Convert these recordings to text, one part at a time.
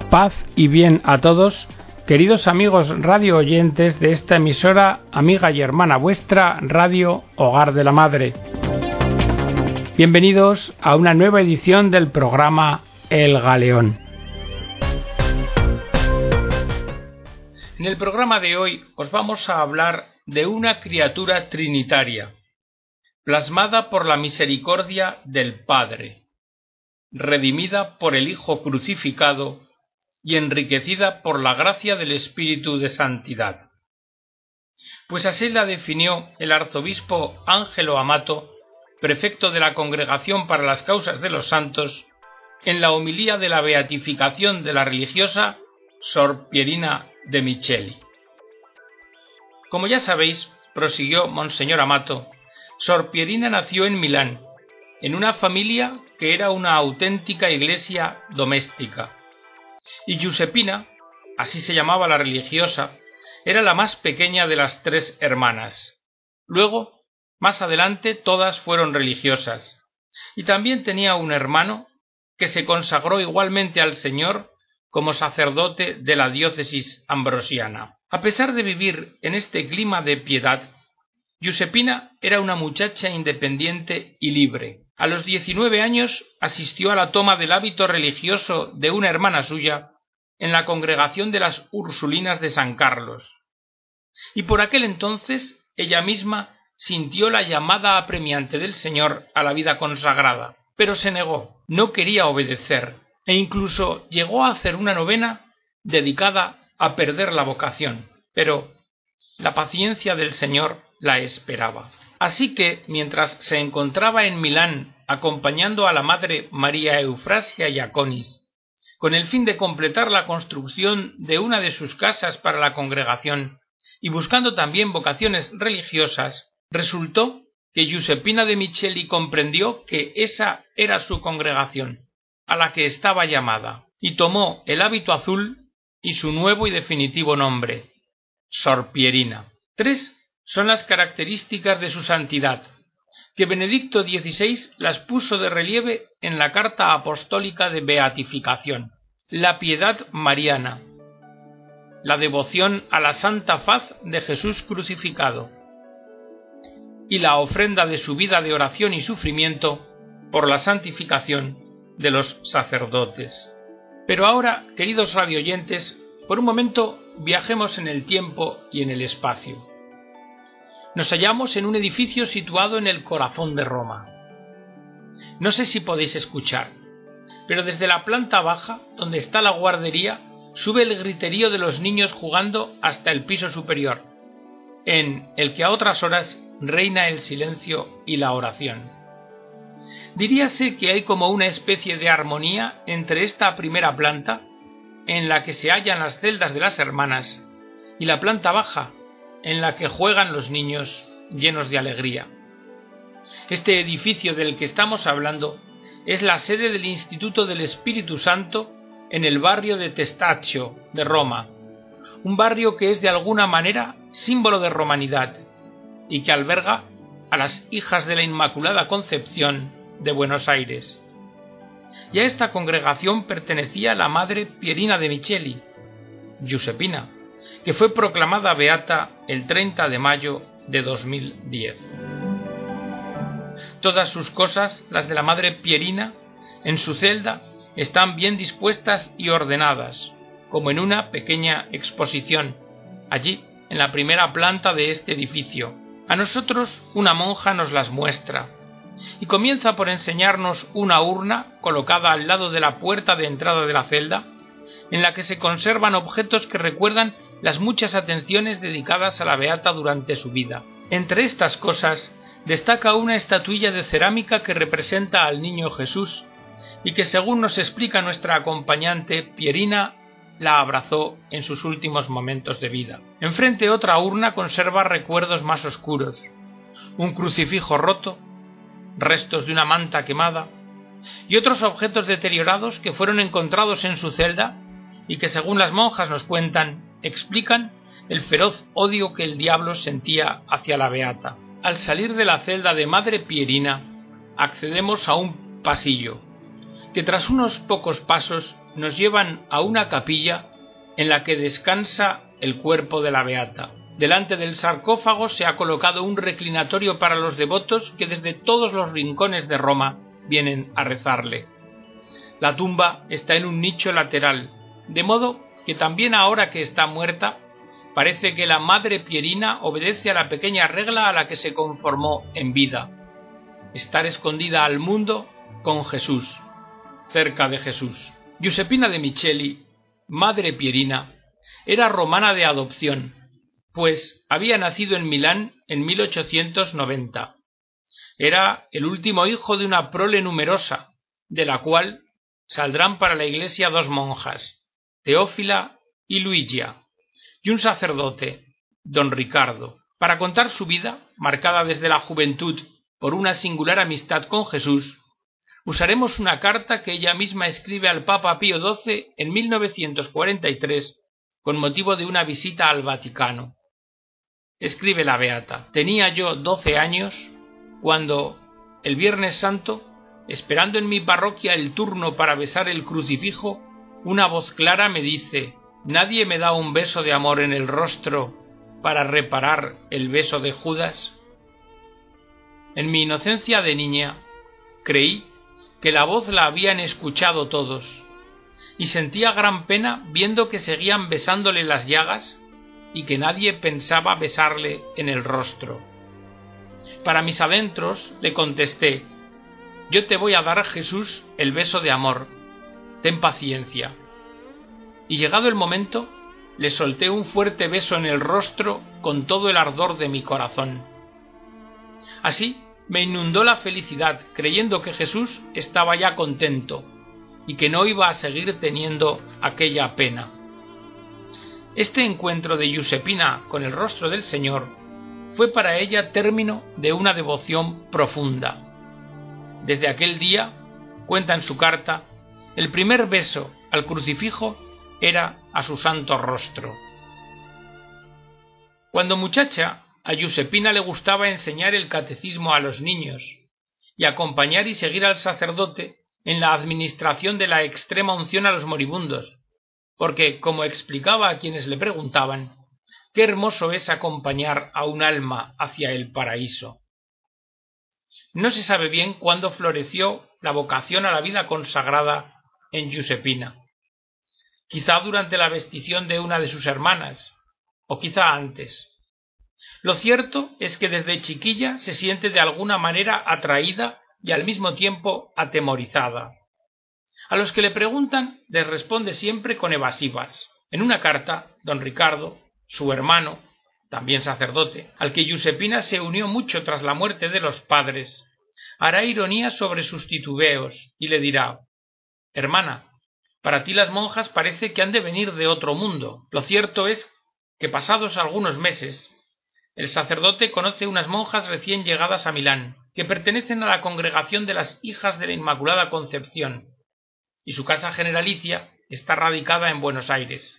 Paz y bien a todos, queridos amigos radio oyentes de esta emisora, amiga y hermana vuestra, Radio Hogar de la Madre. Bienvenidos a una nueva edición del programa El Galeón. En el programa de hoy os vamos a hablar de una criatura trinitaria, plasmada por la misericordia del Padre, redimida por el Hijo crucificado y enriquecida por la gracia del Espíritu de Santidad. Pues así la definió el arzobispo Ángelo Amato, prefecto de la Congregación para las Causas de los Santos, en la homilía de la beatificación de la religiosa Sor Pierina de Micheli. Como ya sabéis, prosiguió Monseñor Amato, Sor Pierina nació en Milán, en una familia que era una auténtica iglesia doméstica, y Giuseppina, así se llamaba la religiosa, era la más pequeña de las tres hermanas. Luego, más adelante, todas fueron religiosas, y también tenía un hermano que se consagró igualmente al Señor como sacerdote de la diócesis ambrosiana. A pesar de vivir en este clima de piedad, Giuseppina era una muchacha independiente y libre. A los 19 años asistió a la toma del hábito religioso de una hermana suya en la congregación de las Ursulinas de San Carlos. Y por aquel entonces ella misma sintió la llamada apremiante del Señor a la vida consagrada, pero se negó, no quería obedecer, e incluso llegó a hacer una novena dedicada a perder la vocación, pero la paciencia del Señor la esperaba. Así que, mientras se encontraba en Milán acompañando a la madre María Eufrasia Iaconis, con el fin de completar la construcción de una de sus casas para la congregación y buscando también vocaciones religiosas, resultó que Giuseppina de Micheli comprendió que esa era su congregación, a la que estaba llamada, y tomó el hábito azul y su nuevo y definitivo nombre, Sor Pierina. 3 son las características de su santidad, que Benedicto XVI las puso de relieve en la carta apostólica de beatificación: la piedad mariana, la devoción a la santa faz de Jesús crucificado y la ofrenda de su vida de oración y sufrimiento por la santificación de los sacerdotes. Pero ahora, queridos radioyentes, por un momento viajemos en el tiempo y en el espacio. Nos hallamos en un edificio situado en el corazón de Roma. No sé si podéis escuchar, pero desde la planta baja, donde está la guardería, sube el griterío de los niños jugando hasta el piso superior, en el que a otras horas reina el silencio y la oración. Diríase que hay como una especie de armonía entre esta primera planta, en la que se hallan las celdas de las hermanas, y la planta baja, en la que juegan los niños llenos de alegría. Este edificio del que estamos hablando es la sede del Instituto del Espíritu Santo en el barrio de Testaccio de Roma, un barrio que es de alguna manera símbolo de romanidad y que alberga a las hijas de la Inmaculada Concepción de Buenos Aires. Y a esta congregación pertenecía la madre Pierina de Micheli, Giuseppina, que fue proclamada beata el 30 de mayo de 2010. Todas sus cosas, las de la madre Pierina, en su celda, están bien dispuestas y ordenadas, como en una pequeña exposición, allí, en la primera planta de este edificio. A nosotros una monja nos las muestra, y comienza por enseñarnos una urna colocada al lado de la puerta de entrada de la celda, en la que se conservan objetos que recuerdan las muchas atenciones dedicadas a la beata durante su vida. Entre estas cosas destaca una estatuilla de cerámica que representa al niño Jesús y que, según nos explica nuestra acompañante, Pierina la abrazó en sus últimos momentos de vida. Enfrente otra urna conserva recuerdos más oscuros: un crucifijo roto, restos de una manta quemada y otros objetos deteriorados que fueron encontrados en su celda y que, según las monjas nos cuentan, explican el feroz odio que el diablo sentía hacia la beata. Al salir de la celda de Madre Pierina, accedemos a un pasillo que, tras unos pocos pasos, nos llevan a una capilla en la que descansa el cuerpo de la beata. Delante del sarcófago se ha colocado un reclinatorio para los devotos que desde todos los rincones de Roma vienen a rezarle. La tumba está en un nicho lateral, de modo que también ahora que está muerta, parece que la Madre Pierina obedece a la pequeña regla a la que se conformó en vida: estar escondida al mundo con Jesús, cerca de Jesús. Giuseppina de Micheli, Madre Pierina, era romana de adopción, pues había nacido en Milán en 1890. Era el último hijo de una prole numerosa, de la cual saldrán para la Iglesia 2 monjas, Teófila y Luigia, y un sacerdote, don Ricardo. Para contar su vida, marcada desde la juventud por una singular amistad con Jesús, usaremos una carta que ella misma escribe al Papa Pío XII en 1943 con motivo de una visita al Vaticano. Escribe la beata: tenía yo 12 años cuando, el Viernes Santo, esperando en mi parroquia el turno para besar el crucifijo, una voz clara me dice: ¿nadie me da un beso de amor en el rostro para reparar el beso de Judas? En mi inocencia de niña, creí que la voz la habían escuchado todos, y sentía gran pena viendo que seguían besándole las llagas y que nadie pensaba besarle en el rostro. Para mis adentros le contesté: yo te voy a dar, Jesús, el beso de amor, ten paciencia. Y llegado el momento, le solté un fuerte beso en el rostro con todo el ardor de mi corazón. Así me inundó la felicidad, creyendo que Jesús estaba ya contento y que no iba a seguir teniendo aquella pena. Este encuentro de Giuseppina con el rostro del Señor fue para ella término de una devoción profunda. Desde aquel día, cuenta en su carta, el primer beso al crucifijo era a su santo rostro. Cuando muchacha, a Giuseppina le gustaba enseñar el catecismo a los niños y acompañar y seguir al sacerdote en la administración de la extrema unción a los moribundos, porque, como explicaba a quienes le preguntaban, qué hermoso es acompañar a un alma hacia el paraíso. No se sabe bien cuándo floreció la vocación a la vida consagrada en Giuseppina. Quizá durante la vestición de una de sus hermanas, o quizá antes. Lo cierto es que desde chiquilla se siente de alguna manera atraída y al mismo tiempo atemorizada. A los que le preguntan les responde siempre con evasivas. En una carta, don Ricardo, su hermano, también sacerdote, al que Giuseppina se unió mucho tras la muerte de los padres, hará ironía sobre sus titubeos y le dirá: hermana, para ti las monjas parece que han de venir de otro mundo. Lo cierto es que pasados algunos meses, el sacerdote conoce unas monjas recién llegadas a Milán, que pertenecen a la congregación de las Hijas de la Inmaculada Concepción, y su casa generalicia está radicada en Buenos Aires.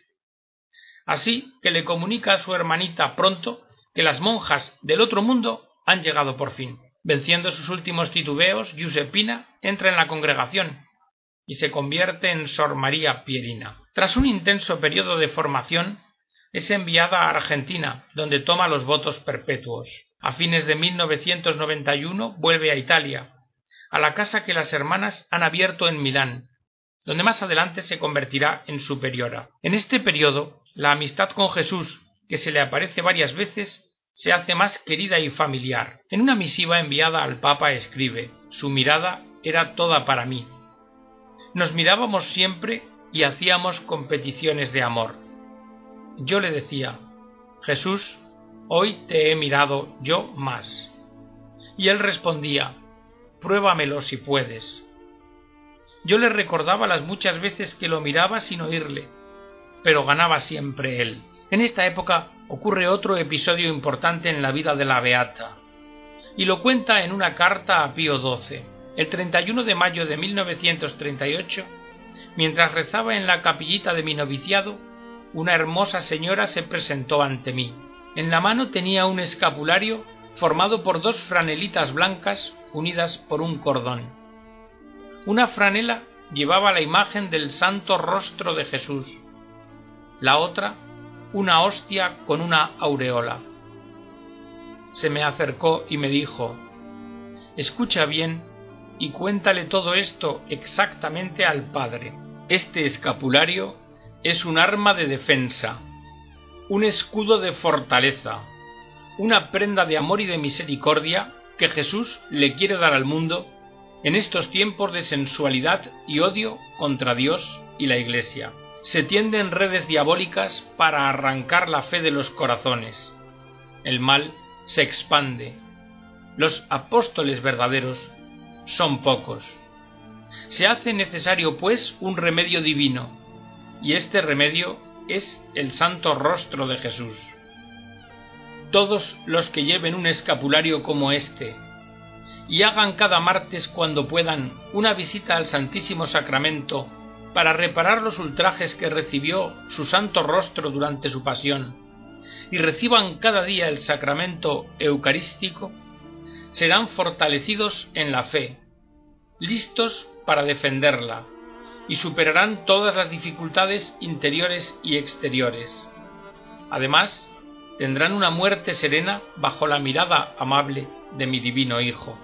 Así que le comunica a su hermanita pronto que las monjas del otro mundo han llegado por fin. Venciendo sus últimos titubeos, Giuseppina entra en la congregación y se convierte en Sor María Pierina. Tras un intenso periodo de formación, es enviada a Argentina, donde toma los votos perpetuos. A fines de 1991 vuelve a Italia, a la casa que las hermanas han abierto en Milán, donde más adelante se convertirá en superiora. En este periodo, la amistad con Jesús, que se le aparece varias veces, se hace más querida y familiar. En una misiva enviada al Papa escribe: su mirada era toda para mí. Nos mirábamos siempre y hacíamos competiciones de amor. Yo le decía: Jesús, hoy te he mirado yo más. Y él respondía: pruébamelo si puedes. Yo le recordaba las muchas veces que lo miraba sin oírle, pero ganaba siempre él. En esta época ocurre otro episodio importante en la vida de la beata, y lo cuenta en una carta a Pío XII. El 31 de mayo de 1938, mientras rezaba en la capillita de mi noviciado, una hermosa señora se presentó ante mí. En la mano tenía un escapulario formado por 2 franelitas blancas unidas por un cordón. Una franela llevaba la imagen del Santo Rostro de Jesús, la otra una hostia con una aureola. Se me acercó y me dijo: «Escucha bien y cuéntale todo esto exactamente al Padre. Este escapulario es un arma de defensa, un escudo de fortaleza, una prenda de amor y de misericordia que Jesús le quiere dar al mundo en estos tiempos de sensualidad y odio contra Dios y la Iglesia. Se tienden redes diabólicas para arrancar la fe de los corazones. El mal se expande. Los apóstoles verdaderos son pocos. Se hace necesario, pues, un remedio divino, y este remedio es el Santo Rostro de Jesús. Todos los que lleven un escapulario como este y hagan cada martes, cuando puedan, una visita al Santísimo Sacramento para reparar los ultrajes que recibió su Santo Rostro durante su pasión, y reciban cada día el sacramento eucarístico, serán fortalecidos en la fe, listos para defenderla, y superarán todas las dificultades interiores y exteriores. Además, tendrán una muerte serena bajo la mirada amable de mi divino Hijo».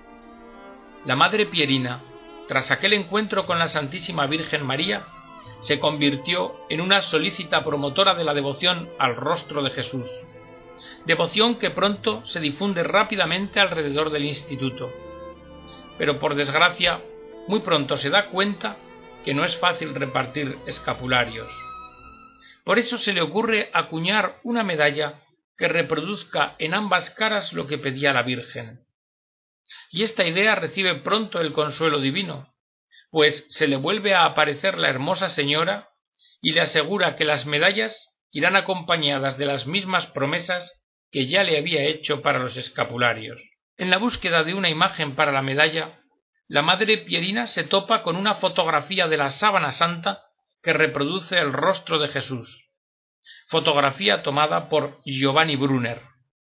La Madre Pierina, tras aquel encuentro con la Santísima Virgen María, se convirtió en una solícita promotora de la devoción al rostro de Jesús, devoción que pronto se difunde rápidamente alrededor del instituto. Pero por desgracia, muy pronto se da cuenta que no es fácil repartir escapularios. Por eso se le ocurre acuñar una medalla que reproduzca en ambas caras lo que pedía la Virgen. Y esta idea recibe pronto el consuelo divino, pues se le vuelve a aparecer la hermosa señora y le asegura que las medallas irán acompañadas de las mismas promesas que ya le había hecho para los escapularios. En la búsqueda de una imagen para la medalla, la Madre Pierina se topa con una fotografía de la Sábana Santa que reproduce el rostro de Jesús, fotografía tomada por Giovanni Brunner.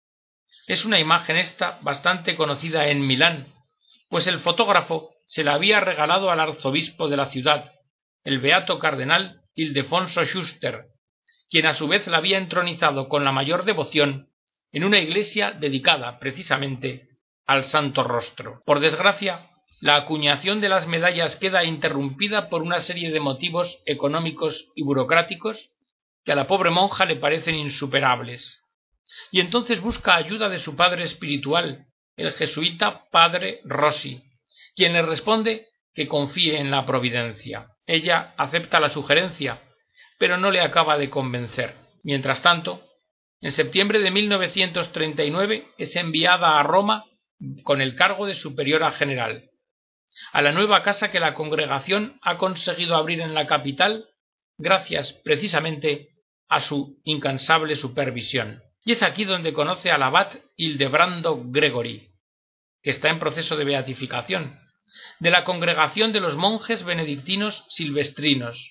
Es una imagen esta bastante conocida en Milán, pues el fotógrafo se la había regalado al arzobispo de la ciudad, el beato cardenal Ildefonso Schuster, quien a su vez la había entronizado con la mayor devoción en una iglesia dedicada precisamente al Santo Rostro. Por desgracia, la acuñación de las medallas queda interrumpida por una serie de motivos económicos y burocráticos que a la pobre monja le parecen insuperables, y entonces busca ayuda de su padre espiritual, el jesuita padre Rossi, quien le responde que confíe en la providencia. Ella acepta la sugerencia, pero no le acaba de convencer. Mientras tanto, en septiembre de 1939 es enviada a Roma con el cargo de superiora general, a la nueva casa que la congregación ha conseguido abrir en la capital gracias precisamente a su incansable supervisión. Y es aquí donde conoce al abad Hildebrando Gregory, que está en proceso de beatificación, de la congregación de los monjes benedictinos silvestrinos,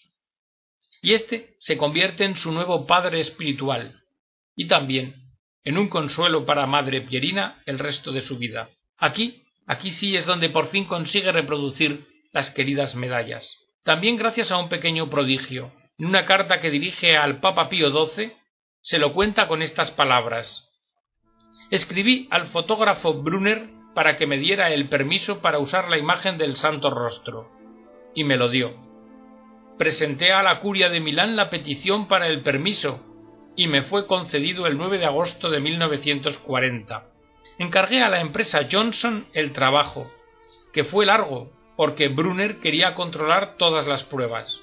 y éste se convierte en su nuevo padre espiritual, y también en un consuelo para Madre Pierina el resto de su vida. Aquí sí es donde por fin consigue reproducir las queridas medallas. También gracias a un pequeño prodigio. En una carta que dirige al Papa Pío XII, se lo cuenta con estas palabras: «Escribí al fotógrafo Brunner para que me diera el permiso para usar la imagen del Santo Rostro, y me lo dio. Presenté a la curia de Milán la petición para el permiso, y me fue concedido el 9 de agosto de 1940. Encargué a la empresa Johnson el trabajo, que fue largo, porque Brunner quería controlar todas las pruebas.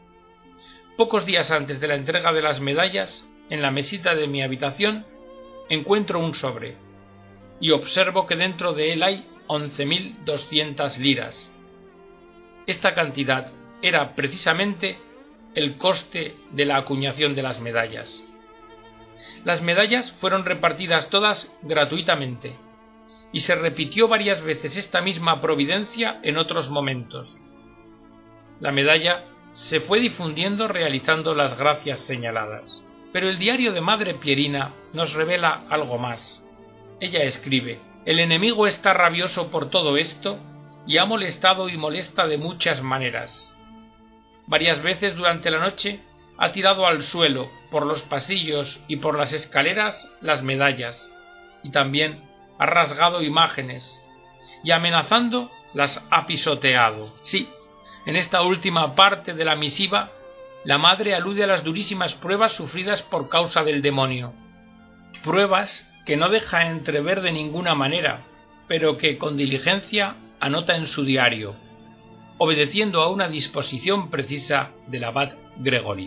Pocos días antes de la entrega de las medallas, en la mesita de mi habitación, encuentro un sobre, y observo que dentro de él hay 11.200 liras. Esta cantidad era precisamente el coste de la acuñación de las medallas. Las medallas fueron repartidas todas gratuitamente, y se repitió varias veces esta misma providencia en otros momentos. La medalla se fue difundiendo realizando las gracias señaladas. Pero el diario de Madre Pierina nos revela algo más. Ella escribe: «El enemigo está rabioso por todo esto y ha molestado y molesta de muchas maneras. Varias veces durante la noche ha tirado al suelo, por los pasillos y por las escaleras, las medallas, y también ha rasgado imágenes, y amenazando las ha pisoteado. Sí, en esta última parte de la misiva, la madre alude a las durísimas pruebas sufridas por causa del demonio. Pruebas que no deja entrever de ninguna manera, pero que con diligencia anota en su diario, obedeciendo a una disposición precisa del abad Gregory.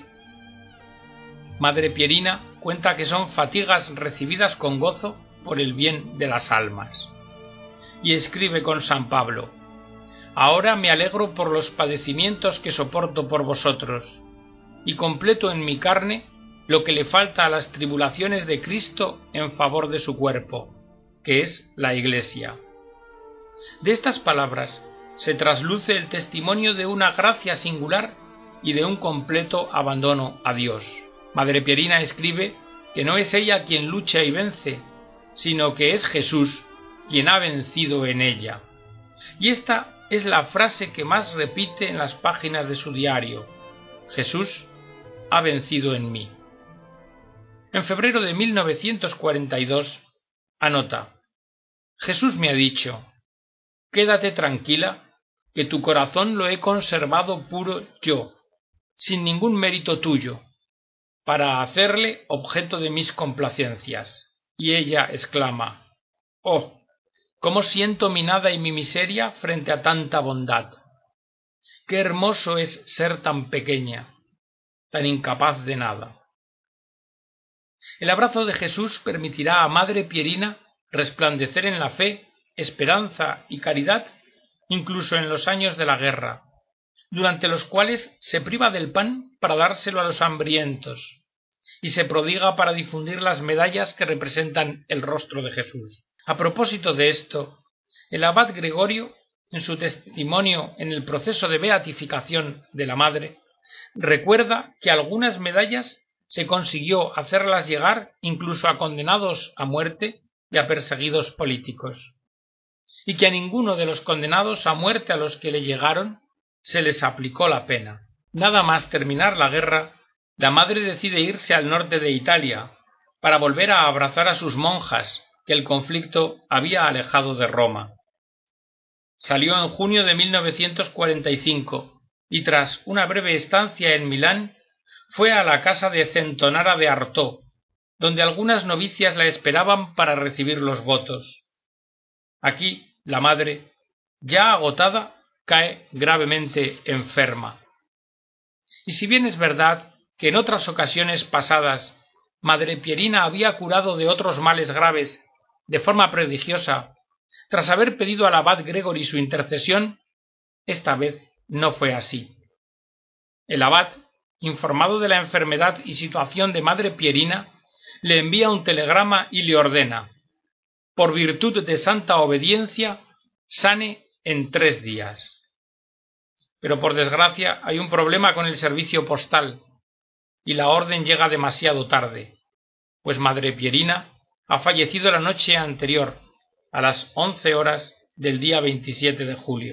Madre Pierina cuenta que son fatigas recibidas con gozo por el bien de las almas. Y escribe con San Pablo: ahora me alegro por los padecimientos que soporto por vosotros, y completo en mi carne lo que le falta a las tribulaciones de Cristo en favor de su cuerpo, que es la Iglesia. De estas palabras se trasluce el testimonio de una gracia singular y de un completo abandono a Dios. Madre Pierina escribe que no es ella quien lucha y vence, sino que es Jesús quien ha vencido en ella. Y esta es la frase que más repite en las páginas de su diario: Jesús ha vencido en mí. En febrero de 1942 anota: Jesús me ha dicho: quédate tranquila, que tu corazón lo he conservado puro yo, sin ningún mérito tuyo, para hacerle objeto de mis complacencias. Y ella exclama: oh, cómo siento mi nada y mi miseria frente a tanta bondad. Qué hermoso es ser tan pequeña, tan incapaz de nada. El abrazo de Jesús permitirá a Madre Pierina resplandecer en la fe, esperanza y caridad incluso en los años de la guerra, durante los cuales se priva del pan para dárselo a los hambrientos y se prodiga para difundir las medallas que representan el rostro de Jesús. A propósito de esto, el abad Gregorio, en su testimonio en el proceso de beatificación de la Madre, recuerda que algunas medallas se consiguió hacerlas llegar incluso a condenados a muerte y a perseguidos políticos, y que a ninguno de los condenados a muerte a los que le llegaron se les aplicó la pena. Nada más terminar la guerra, la Madre decide irse al norte de Italia para volver a abrazar a sus monjas que el conflicto había alejado de Roma. Salió en junio de 1945 y tras una breve estancia en Milán fue a la casa de Centonara de Artò, donde algunas novicias la esperaban para recibir los votos. Aquí la Madre, ya agotada, cae gravemente enferma. Y si bien es verdad que en otras ocasiones pasadas Madre Pierina había curado de otros males graves de forma prodigiosa, tras haber pedido al abad Gregory su intercesión, esta vez no fue así. El abad, informado de la enfermedad y situación de Madre Pierina, le envía un telegrama y le ordena: por virtud de santa obediencia, sane en 3 días. Pero por desgracia hay un problema con el servicio postal, y la orden llega demasiado tarde, pues Madre Pierina ha fallecido la noche anterior, a las 11 horas del día 27 de julio.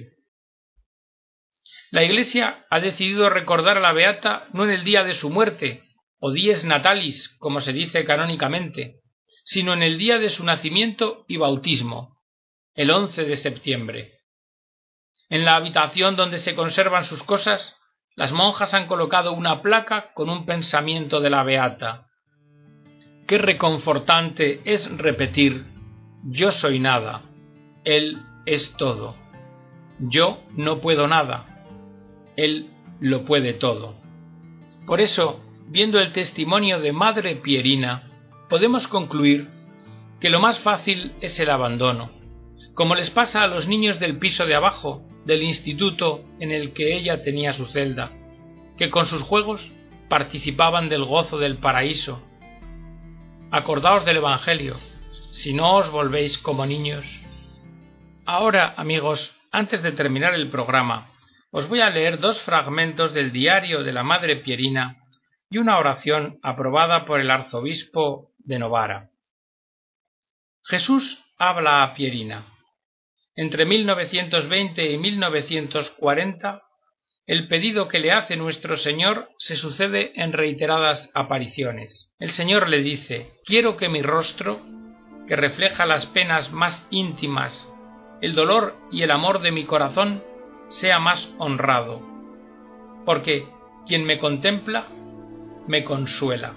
La Iglesia ha decidido recordar a la beata no en el día de su muerte, o dies natalis, como se dice canónicamente, sino en el día de su nacimiento y bautismo, el 11 de septiembre. En la habitación donde se conservan sus cosas, las monjas han colocado una placa con un pensamiento de la beata. Qué reconfortante es repetir: yo soy nada, Él es todo. Yo no puedo nada, Él lo puede todo. Por eso, viendo el testimonio de Madre Pierina, podemos concluir que lo más fácil es el abandono, como les pasa a los niños del piso de abajo, del instituto en el que ella tenía su celda, que con sus juegos participaban del gozo del paraíso. Acordaos del Evangelio, si no os volvéis como niños. Ahora, amigos, antes de terminar el programa, os voy a leer 2 fragmentos del diario de la Madre Pierina y una oración aprobada por el arzobispo de Novara. Jesús habla a Pierina: entre 1920 y 1940, el pedido que le hace nuestro Señor se sucede en reiteradas apariciones. El Señor le dice: quiero que mi rostro, que refleja las penas más íntimas, el dolor y el amor de mi corazón, sea más honrado, porque quien me contempla me consuela.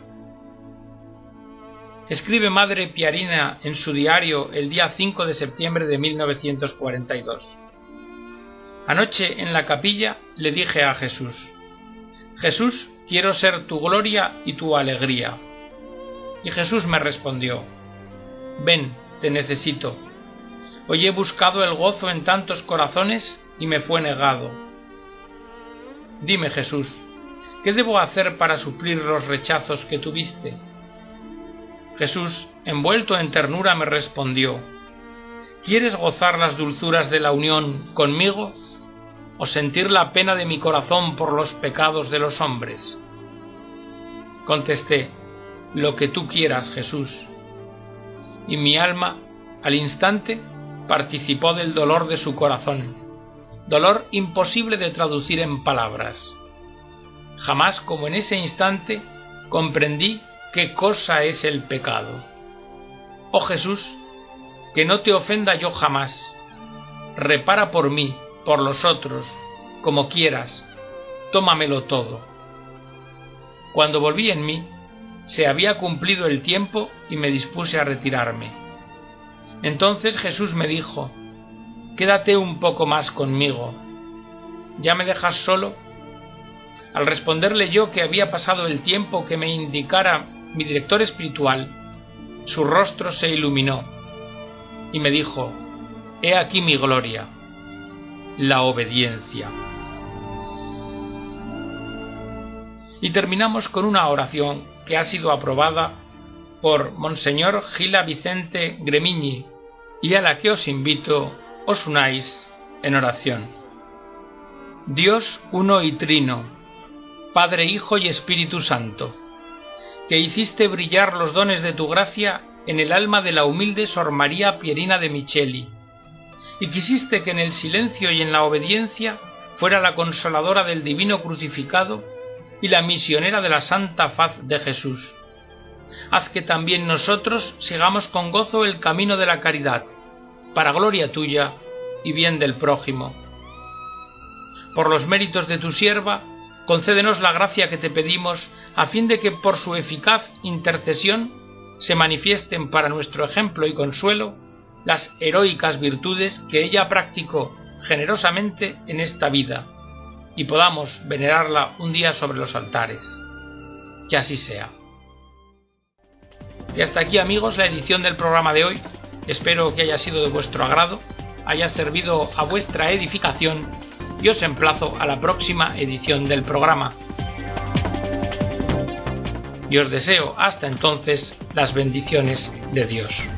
Escribe Madre Piarina en su diario el día 5 de septiembre de 1942. Anoche en la capilla le dije a Jesús: Jesús, quiero ser tu gloria y tu alegría. Y Jesús me respondió: ven, te necesito. Hoy he buscado el gozo en tantos corazones y me fue negado. Dime, Jesús, ¿qué debo hacer para suplir los rechazos que tuviste? Jesús, envuelto en ternura, me respondió: ¿quieres gozar las dulzuras de la unión conmigo o sentir la pena de mi corazón por los pecados de los hombres? Contesté: lo que tú quieras, Jesús. Y mi alma, al instante, participó del dolor de su corazón, dolor imposible de traducir en palabras. Jamás como en ese instante comprendí qué cosa es el pecado. Oh Jesús, que no te ofenda yo jamás. Repara por mí, por los otros, como quieras, tómamelo todo. Cuando volví en mí, se había cumplido el tiempo y me dispuse a retirarme. Entonces Jesús me dijo: quédate un poco más conmigo. ¿Ya me dejas solo? Al responderle yo que había pasado el tiempo que me indicara mi director espiritual, su rostro se iluminó y me dijo: he aquí mi gloria, la obediencia. Y terminamos con una oración que ha sido aprobada por Monseñor Gila Vicente Gremiñi y a la que os invito os unáis en oración. Dios uno y trino, Padre, Hijo y Espíritu Santo, que hiciste brillar los dones de tu gracia en el alma de la humilde Sor María Pierina de Micheli, y quisiste que en el silencio y en la obediencia fuera la consoladora del divino crucificado y la misionera de la santa faz de Jesús. Haz que también nosotros sigamos con gozo el camino de la caridad, para gloria tuya y bien del prójimo. Por los méritos de tu sierva, concédenos la gracia que te pedimos, a fin de que por su eficaz intercesión se manifiesten para nuestro ejemplo y consuelo las heroicas virtudes que ella practicó generosamente en esta vida, y podamos venerarla un día sobre los altares. Que así sea. Y hasta aquí, amigos, la edición del programa de hoy. Espero que haya sido de vuestro agrado, haya servido a vuestra edificación, y os emplazo a la próxima edición del programa. Y os deseo hasta entonces las bendiciones de Dios.